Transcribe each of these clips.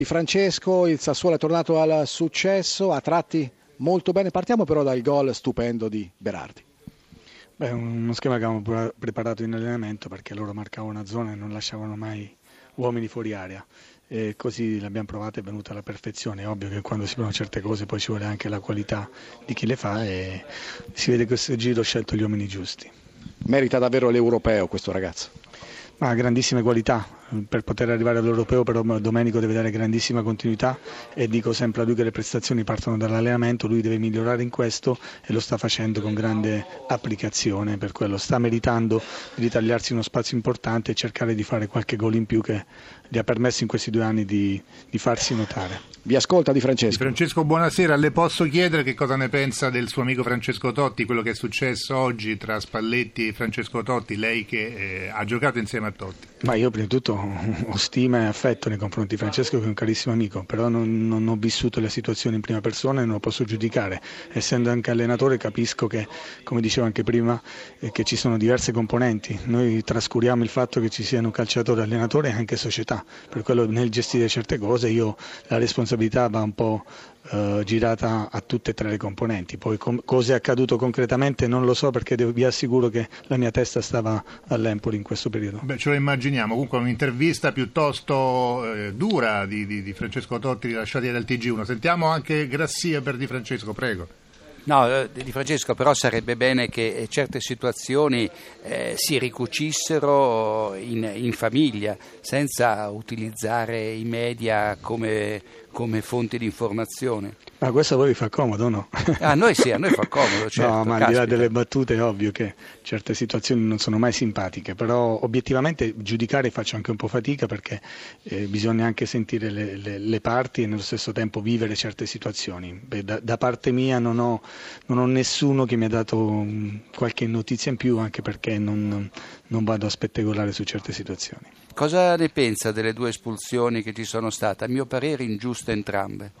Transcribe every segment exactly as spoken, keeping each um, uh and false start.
Francesco, il Sassuolo è tornato al successo, a tratti molto bene. Partiamo però dal gol stupendo di Berardi. Beh, uno schema che avevamo preparato in allenamento, perché loro marcavano una zona e non lasciavano mai uomini fuori area, e così l'abbiamo provata e è venuta alla perfezione. È ovvio che quando si provano certe cose poi ci vuole anche la qualità di chi le fa, e si vede che questo giro ho scelto gli uomini giusti. Merita davvero l'europeo questo ragazzo? Ha grandissime qualità, per poter arrivare all'europeo però Domenico deve dare grandissima continuità, e dico sempre a lui che le prestazioni partono dall'allenamento, lui deve migliorare in questo e lo sta facendo con grande applicazione, per quello sta meritando di ritagliarsi uno spazio importante e cercare di fare qualche gol in più che gli ha permesso in questi due anni di, di farsi notare. Vi ascolta Di Francesco. Di Francesco, buonasera. Le posso chiedere che cosa ne pensa del suo amico Francesco Totti, quello che è successo oggi tra Spalletti e Francesco Totti, lei che eh, ha giocato insieme a Totti? Ma io prima di tutto ho stima e affetto nei confronti di Francesco, che è un carissimo amico, però non, non ho vissuto la situazione in prima persona e non lo posso giudicare. Essendo anche allenatore capisco che, come dicevo anche prima, eh, che ci sono diverse componenti. Noi trascuriamo il fatto che ci siano calciatore, allenatore e anche società, per quello nel gestire certe cose io la responsabilità va un po' eh, girata a tutte e tre le componenti. Poi com- cosa è accaduto concretamente non lo so, perché devo, vi assicuro che la mia testa stava all'Empoli in questo periodo. Beh, ce lo immaginiamo. Comunque un'intervista piuttosto eh, dura di, di, di Francesco Totti rilasciata dal T G uno. Sentiamo anche Grassia per Di Francesco, prego. No, Di Francesco, però sarebbe bene che certe situazioni eh, si ricucissero in, in famiglia, senza utilizzare i media come, come fonte di informazione. Ma questo a voi vi fa comodo, no? A noi sì, a noi fa comodo, certo. No, ma al di là delle battute è ovvio che certe situazioni non sono mai simpatiche, però obiettivamente giudicare faccio anche un po' fatica, perché eh, bisogna anche sentire le, le, le parti e nello stesso tempo vivere certe situazioni. Beh, da, da parte mia non ho, non ho nessuno che mi ha dato um, qualche notizia in più, anche perché non, non vado a spettegolare su certe situazioni. Cosa ne pensa delle due espulsioni che ci sono state? A mio parere ingiuste entrambe.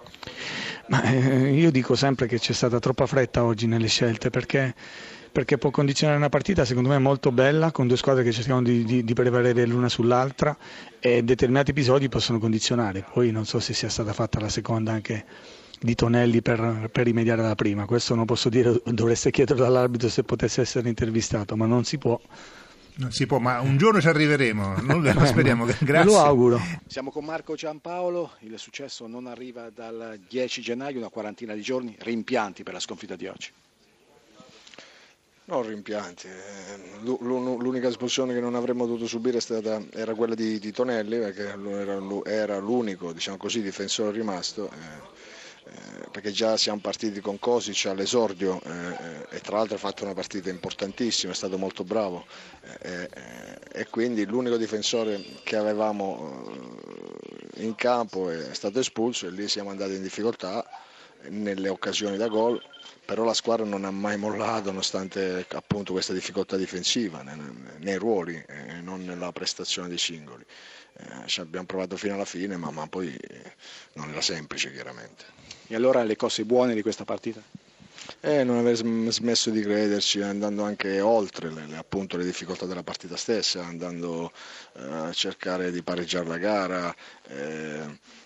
Ma, eh, io dico sempre che c'è stata troppa fretta oggi nelle scelte, perché, perché può condizionare una partita secondo me molto bella, con due squadre che cercano di, di, di prevalere l'una sull'altra, e determinati episodi possono condizionare. Poi non so se sia stata fatta la seconda anche di Tonelli per, per rimediare alla prima, questo non posso dire, dovreste chiederlo all'arbitro se potesse essere intervistato, ma non si può. Non si può, ma un giorno ci arriveremo, noi lo speriamo. Grazie. Me lo auguro. Siamo con Marco Giampaolo, il successo non arriva dal dieci gennaio, una quarantina di giorni, rimpianti per la sconfitta di oggi? No, rimpianti, l'unica espulsione che non avremmo dovuto subire è stata, era quella di, di Tonelli, perché era l'unico, diciamo così, difensore rimasto. Eh. Eh, perché già siamo partiti con Kosic all'esordio eh, e tra l'altro ha fatto una partita importantissima, è stato molto bravo eh, eh, e quindi l'unico difensore che avevamo eh, in campo è stato espulso, e lì siamo andati in difficoltà nelle occasioni da gol, però la squadra non ha mai mollato nonostante appunto questa difficoltà difensiva nei, nei ruoli e eh, non nella prestazione dei singoli. Eh, ci abbiamo provato fino alla fine, ma, ma poi non era semplice chiaramente. E allora le cose buone di questa partita? Eh, non aver smesso di crederci, andando anche oltre le, le, appunto, le difficoltà della partita stessa, andando eh, a cercare di pareggiare la gara. Eh,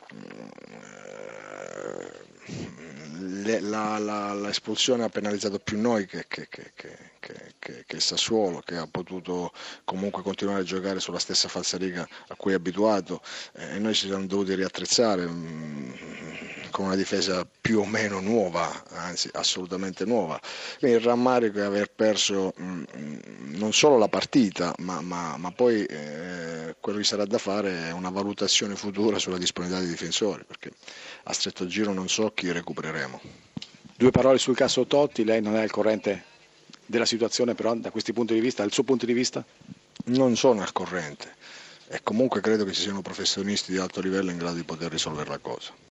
eh, le, la, la, la espulsione ha penalizzato più noi che, che, che, che, che, che il Sassuolo, che ha potuto comunque continuare a giocare sulla stessa falsariga a cui è abituato, e eh, noi ci siamo dovuti riattrezzare mh, con una difesa più o meno nuova, anzi assolutamente nuova. Quindi il rammarico è aver perso mh, non solo la partita, ma, ma, ma poi eh, quello che sarà da fare è una valutazione futura sulla disponibilità dei difensori, perché a stretto giro non so chi recupereremo. Due parole sul caso Totti, lei non è al corrente della situazione, però da questi punti di vista, dal suo punto di vista? Non sono al corrente e comunque credo che ci siano professionisti di alto livello in grado di poter risolvere la cosa.